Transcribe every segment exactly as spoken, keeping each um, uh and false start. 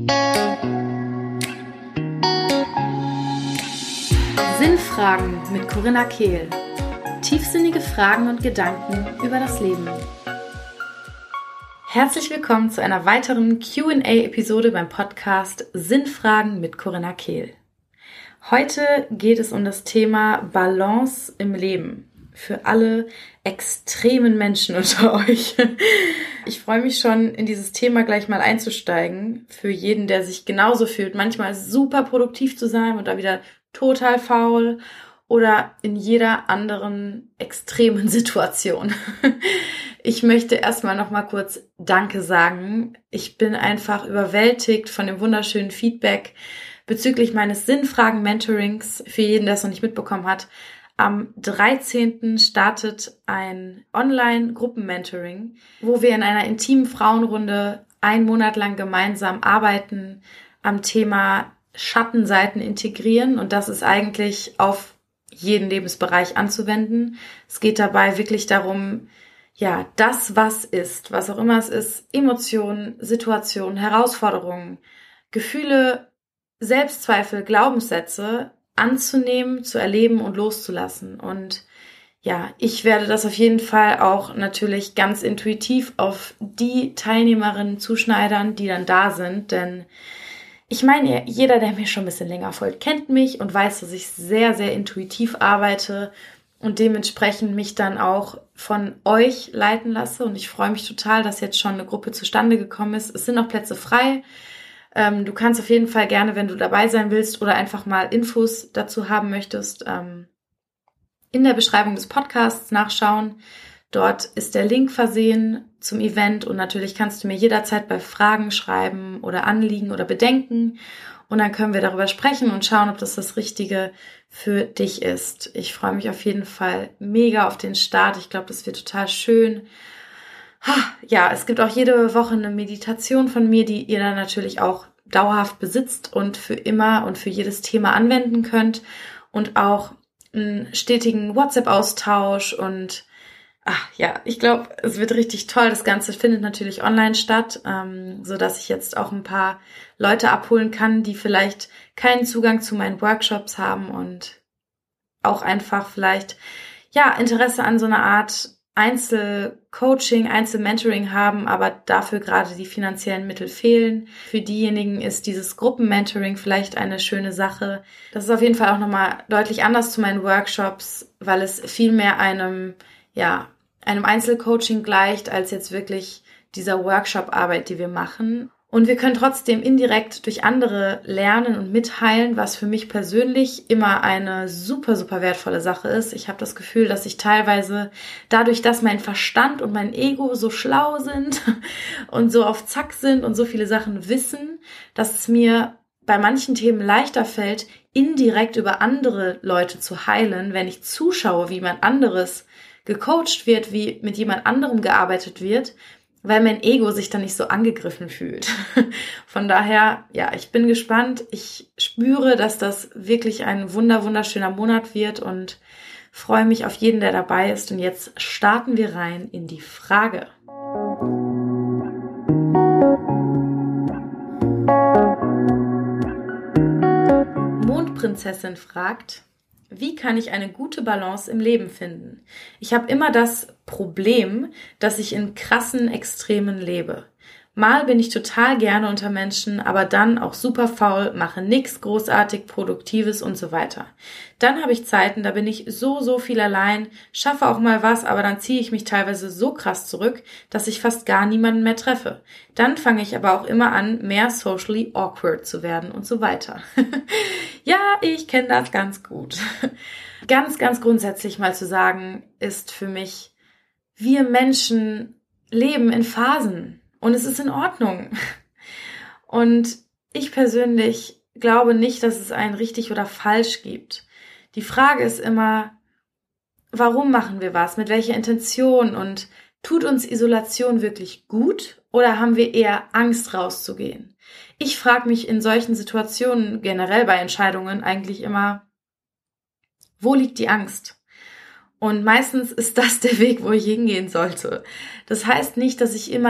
Sinnfragen mit Corinna Kehl. Tiefsinnige Fragen und Gedanken über das Leben. Herzlich willkommen zu einer weiteren Q and A-Episode beim Podcast Sinnfragen mit Corinna Kehl. Heute geht es um das Thema Balance im Leben für alle extremen Menschen unter euch. Ich freue mich schon, in dieses Thema gleich mal einzusteigen. Für jeden, der sich genauso fühlt, manchmal super produktiv zu sein und da wieder total faul oder in jeder anderen extremen Situation. Ich möchte erstmal noch mal kurz Danke sagen. Ich bin einfach überwältigt von dem wunderschönen Feedback bezüglich meines Sinnfragen-Mentorings. Für jeden, der es noch nicht mitbekommen hat, am dreizehnten startet ein Online-Gruppen-Mentoring, wo wir in einer intimen Frauenrunde einen Monat lang gemeinsam arbeiten am Thema Schattenseiten integrieren, und das ist eigentlich auf jeden Lebensbereich anzuwenden. Es geht dabei wirklich darum, ja, das, was ist, was auch immer es ist, Emotionen, Situationen, Herausforderungen, Gefühle, Selbstzweifel, Glaubenssätze anzunehmen, zu erleben und loszulassen. Und ja, ich werde das auf jeden Fall auch natürlich ganz intuitiv auf die Teilnehmerinnen zuschneidern, die dann da sind, denn ich meine, jeder, der mir schon ein bisschen länger folgt, kennt mich und weiß, dass ich sehr, sehr intuitiv arbeite und dementsprechend mich dann auch von euch leiten lasse. Und ich freue mich total, dass jetzt schon eine Gruppe zustande gekommen ist. Es sind noch Plätze frei. Ähm, du kannst auf jeden Fall gerne, wenn du dabei sein willst oder einfach mal Infos dazu haben möchtest, ähm, in der Beschreibung des Podcasts nachschauen. Dort ist der Link versehen zum Event und natürlich kannst du mir jederzeit bei Fragen schreiben oder Anliegen oder Bedenken und dann können wir darüber sprechen und schauen, ob das das Richtige für dich ist. Ich freue mich auf jeden Fall mega auf den Start. Ich glaube, das wird total schön. Ja, es gibt auch jede Woche eine Meditation von mir, die ihr dann natürlich auch dauerhaft besitzt und für immer und für jedes Thema anwenden könnt und auch einen stetigen WhatsApp-Austausch und Ach ja, ich glaube, es wird richtig toll. Das Ganze findet natürlich online statt, ähm, so dass ich jetzt auch ein paar Leute abholen kann, die vielleicht keinen Zugang zu meinen Workshops haben und auch einfach vielleicht ja Interesse an so einer Art Einzelcoaching, Einzelmentoring haben, aber dafür gerade die finanziellen Mittel fehlen. Für diejenigen ist dieses Gruppenmentoring vielleicht eine schöne Sache. Das ist auf jeden Fall auch nochmal deutlich anders zu meinen Workshops, weil es viel mehr einem ja, einem Einzelcoaching gleicht, als jetzt wirklich dieser Workshop-Arbeit, die wir machen. Und wir können trotzdem indirekt durch andere lernen und mitteilen, was für mich persönlich immer eine super, super wertvolle Sache ist. Ich habe das Gefühl, dass ich teilweise dadurch, dass mein Verstand und mein Ego so schlau sind und so auf Zack sind und so viele Sachen wissen, dass es mir bei manchen Themen leichter fällt, indirekt über andere Leute zu heilen, wenn ich zuschaue, wie jemand anderes gecoacht wird, wie mit jemand anderem gearbeitet wird, weil mein Ego sich dann nicht so angegriffen fühlt. Von daher, ja, ich bin gespannt. Ich spüre, dass das wirklich ein wunder, wunderschöner Monat wird und freue mich auf jeden, der dabei ist. Und jetzt starten wir rein in die Frage. Mondprinzessin fragt: Wie kann ich eine gute Balance im Leben finden? Ich habe immer das Problem, dass ich in krassen Extremen lebe. Mal bin ich total gerne unter Menschen, aber dann auch super faul, mache nichts großartig Produktives und so weiter. Dann habe ich Zeiten, da bin ich so, so viel allein, schaffe auch mal was, aber dann ziehe ich mich teilweise so krass zurück, dass ich fast gar niemanden mehr treffe. Dann fange ich aber auch immer an, mehr socially awkward zu werden und so weiter. Ja, ich kenne das ganz gut. Ganz, ganz grundsätzlich mal zu sagen, ist für mich, wir Menschen leben in Phasen. Und es ist in Ordnung. Und ich persönlich glaube nicht, dass es ein richtig oder falsch gibt. Die Frage ist immer, warum machen wir was? Mit welcher Intention? Und tut uns Isolation wirklich gut? Oder haben wir eher Angst rauszugehen? Ich frage mich in solchen Situationen, generell bei Entscheidungen, eigentlich immer, wo liegt die Angst? Und meistens ist das der Weg, wo ich hingehen sollte. Das heißt nicht, dass ich immer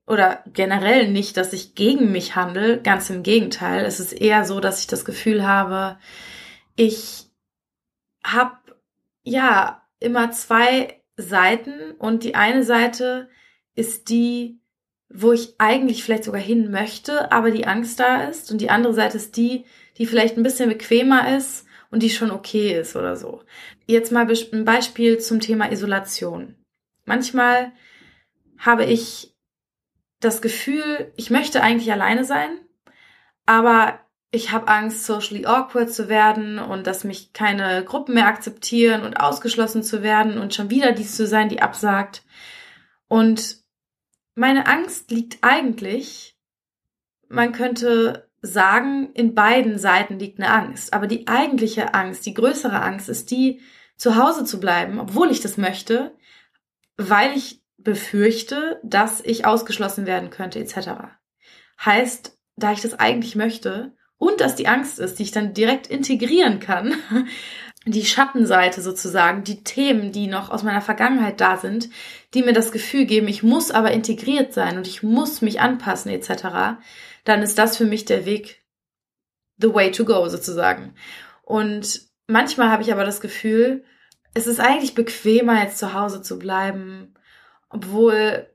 oder generell nicht, dass ich gegen mich handle, ganz im Gegenteil. Es ist eher so, dass ich das Gefühl habe, ich habe ja immer zwei Seiten und die eine Seite ist die, wo ich eigentlich vielleicht sogar hin möchte, aber die Angst da ist, und die andere Seite ist die, die vielleicht ein bisschen bequemer ist und die schon okay ist oder so. Jetzt mal ein Beispiel zum Thema Isolation. Manchmal habe ich das Gefühl, ich möchte eigentlich alleine sein, aber ich habe Angst, socially awkward zu werden und dass mich keine Gruppen mehr akzeptieren und ausgeschlossen zu werden und schon wieder dies zu sein, die absagt. Und meine Angst liegt eigentlich, man könnte sagen, in beiden Seiten liegt eine Angst. Aber die eigentliche Angst, die größere Angst ist die, zu Hause zu bleiben, obwohl ich das möchte, weil ich befürchte, dass ich ausgeschlossen werden könnte, et cetera. Heißt, da ich das eigentlich möchte und dass die Angst ist, die ich dann direkt integrieren kann, die Schattenseite sozusagen, die Themen, die noch aus meiner Vergangenheit da sind, die mir das Gefühl geben, ich muss aber integriert sein und ich muss mich anpassen et cetera, dann ist das für mich der Weg, the way to go sozusagen. Und manchmal habe ich aber das Gefühl, es ist eigentlich bequemer, jetzt zu Hause zu bleiben, obwohl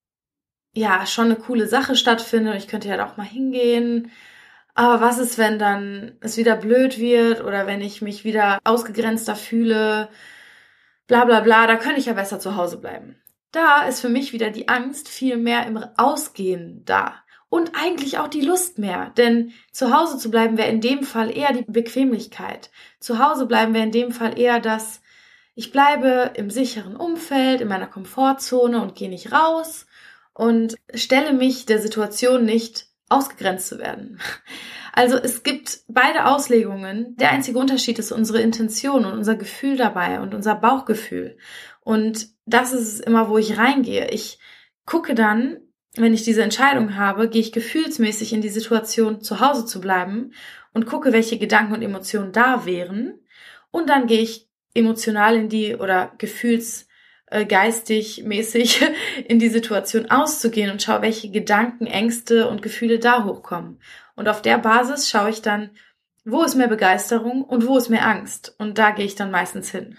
ja schon eine coole Sache stattfindet und ich könnte ja da auch mal hingehen. Aber was ist, wenn dann es wieder blöd wird oder wenn ich mich wieder ausgegrenzter fühle, bla bla bla, da könnte ich ja besser zu Hause bleiben. Da ist für mich wieder die Angst viel mehr im Ausgehen da. Und eigentlich auch die Lust mehr, denn zu Hause zu bleiben wäre in dem Fall eher die Bequemlichkeit. Zu Hause bleiben wäre in dem Fall eher das, ich bleibe im sicheren Umfeld, in meiner Komfortzone und gehe nicht raus und stelle mich der Situation nicht, ausgegrenzt zu werden. Also es gibt beide Auslegungen. Der einzige Unterschied ist unsere Intention und unser Gefühl dabei und unser Bauchgefühl. Und das ist es immer, wo ich reingehe. Ich gucke dann, wenn ich diese Entscheidung habe, gehe ich gefühlsmäßig in die Situation, zu Hause zu bleiben und gucke, welche Gedanken und Emotionen da wären. Und dann gehe ich emotional in die oder gefühls äh, geistig mäßig in die Situation auszugehen und schaue, welche Gedanken, Ängste und Gefühle da hochkommen. Und auf der Basis schaue ich dann, wo ist mehr Begeisterung und wo ist mehr Angst. Und da gehe ich dann meistens hin.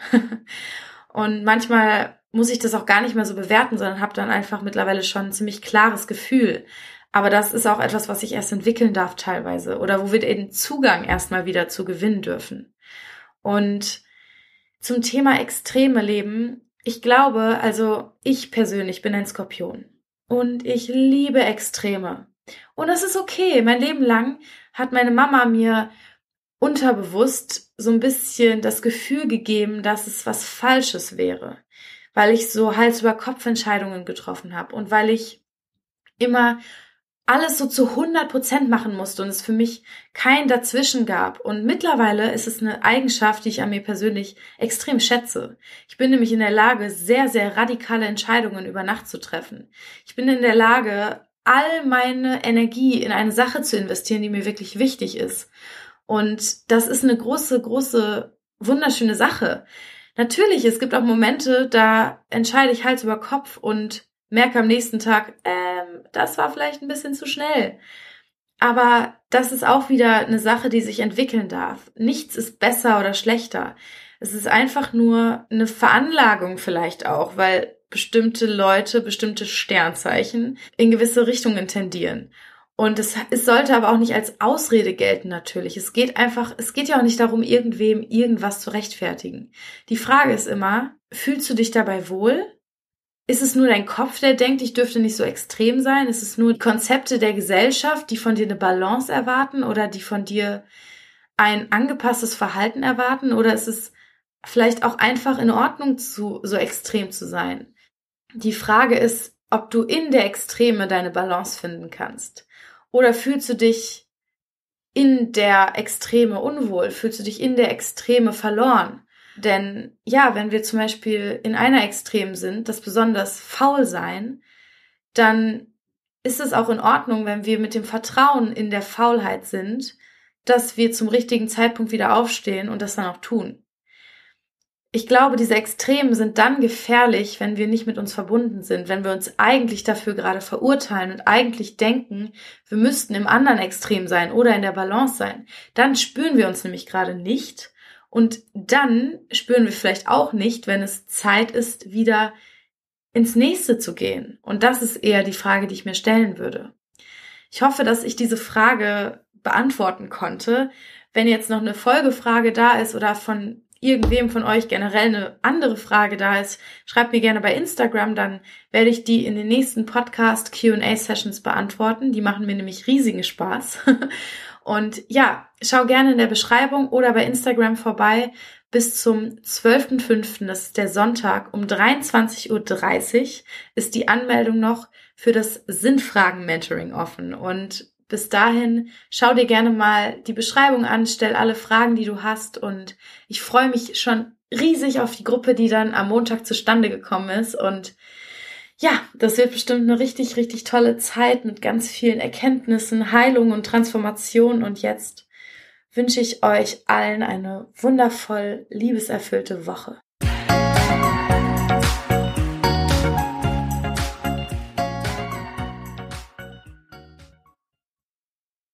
Und manchmal muss ich das auch gar nicht mehr so bewerten, sondern habe dann einfach mittlerweile schon ein ziemlich klares Gefühl. Aber das ist auch etwas, was ich erst entwickeln darf teilweise oder wo wir den Zugang erstmal wieder zu gewinnen dürfen. Und zum Thema extreme Leben, ich glaube, also ich persönlich bin ein Skorpion und ich liebe Extreme. Und das ist okay. Mein Leben lang hat meine Mama mir unterbewusst so ein bisschen das Gefühl gegeben, dass es was Falsches wäre, weil ich so Hals-über-Kopf-Entscheidungen getroffen habe und weil ich immer alles so zu hundert Prozent machen musste und es für mich kein Dazwischen gab. Und mittlerweile ist es eine Eigenschaft, die ich an mir persönlich extrem schätze. Ich bin nämlich in der Lage, sehr, sehr radikale Entscheidungen über Nacht zu treffen. Ich bin in der Lage, all meine Energie in eine Sache zu investieren, die mir wirklich wichtig ist. Und das ist eine große, große, wunderschöne Sache. Natürlich, es gibt auch Momente, da entscheide ich Hals über Kopf und merke am nächsten Tag, ähm, das war vielleicht ein bisschen zu schnell. Aber das ist auch wieder eine Sache, die sich entwickeln darf. Nichts ist besser oder schlechter. Es ist einfach nur eine Veranlagung vielleicht auch, weil bestimmte Leute, bestimmte Sternzeichen in gewisse Richtungen tendieren. Und es, es sollte aber auch nicht als Ausrede gelten natürlich. Es geht einfach, es geht ja auch nicht darum, irgendwem irgendwas zu rechtfertigen. Die Frage ist immer, fühlst du dich dabei wohl? Ist es nur dein Kopf, der denkt, ich dürfte nicht so extrem sein? Ist es nur die Konzepte der Gesellschaft, die von dir eine Balance erwarten oder die von dir ein angepasstes Verhalten erwarten? Oder ist es vielleicht auch einfach in Ordnung, zu, so extrem zu sein? Die Frage ist, ob du in der Extreme deine Balance finden kannst. Oder fühlst du dich in der Extreme unwohl? Fühlst du dich in der Extreme verloren? Denn ja, wenn wir zum Beispiel in einer Extrem sind, das besonders faul sein, dann ist es auch in Ordnung, wenn wir mit dem Vertrauen in der Faulheit sind, dass wir zum richtigen Zeitpunkt wieder aufstehen und das dann auch tun. ich glaube, diese Extremen sind dann gefährlich, wenn wir nicht mit uns verbunden sind, wenn wir uns eigentlich dafür gerade verurteilen und eigentlich denken, wir müssten im anderen Extrem sein oder in der Balance sein. Dann spüren wir uns nämlich gerade nicht und dann spüren wir vielleicht auch nicht, wenn es Zeit ist, wieder ins Nächste zu gehen. Und das ist eher die Frage, die ich mir stellen würde. Ich hoffe, dass ich diese Frage beantworten konnte. Wenn jetzt noch eine Folgefrage da ist oder von irgendwem von euch generell eine andere Frage da ist, schreibt mir gerne bei Instagram, dann werde ich die in den nächsten Podcast Q and A Sessions beantworten. Die machen mir nämlich riesigen Spaß. Und ja, schau gerne in der Beschreibung oder bei Instagram vorbei. Bis zum zwölften fünften, das ist der Sonntag, um dreiundzwanzig Uhr dreißig ist die Anmeldung noch für das Sinnfragen-Mentoring offen. Und bis dahin, schau dir gerne mal die Beschreibung an, stell alle Fragen, die du hast und ich freue mich schon riesig auf die Gruppe, die dann am Montag zustande gekommen ist und ja, das wird bestimmt eine richtig, richtig tolle Zeit mit ganz vielen Erkenntnissen, Heilung und Transformation und jetzt wünsche ich euch allen eine wundervoll liebeserfüllte Woche.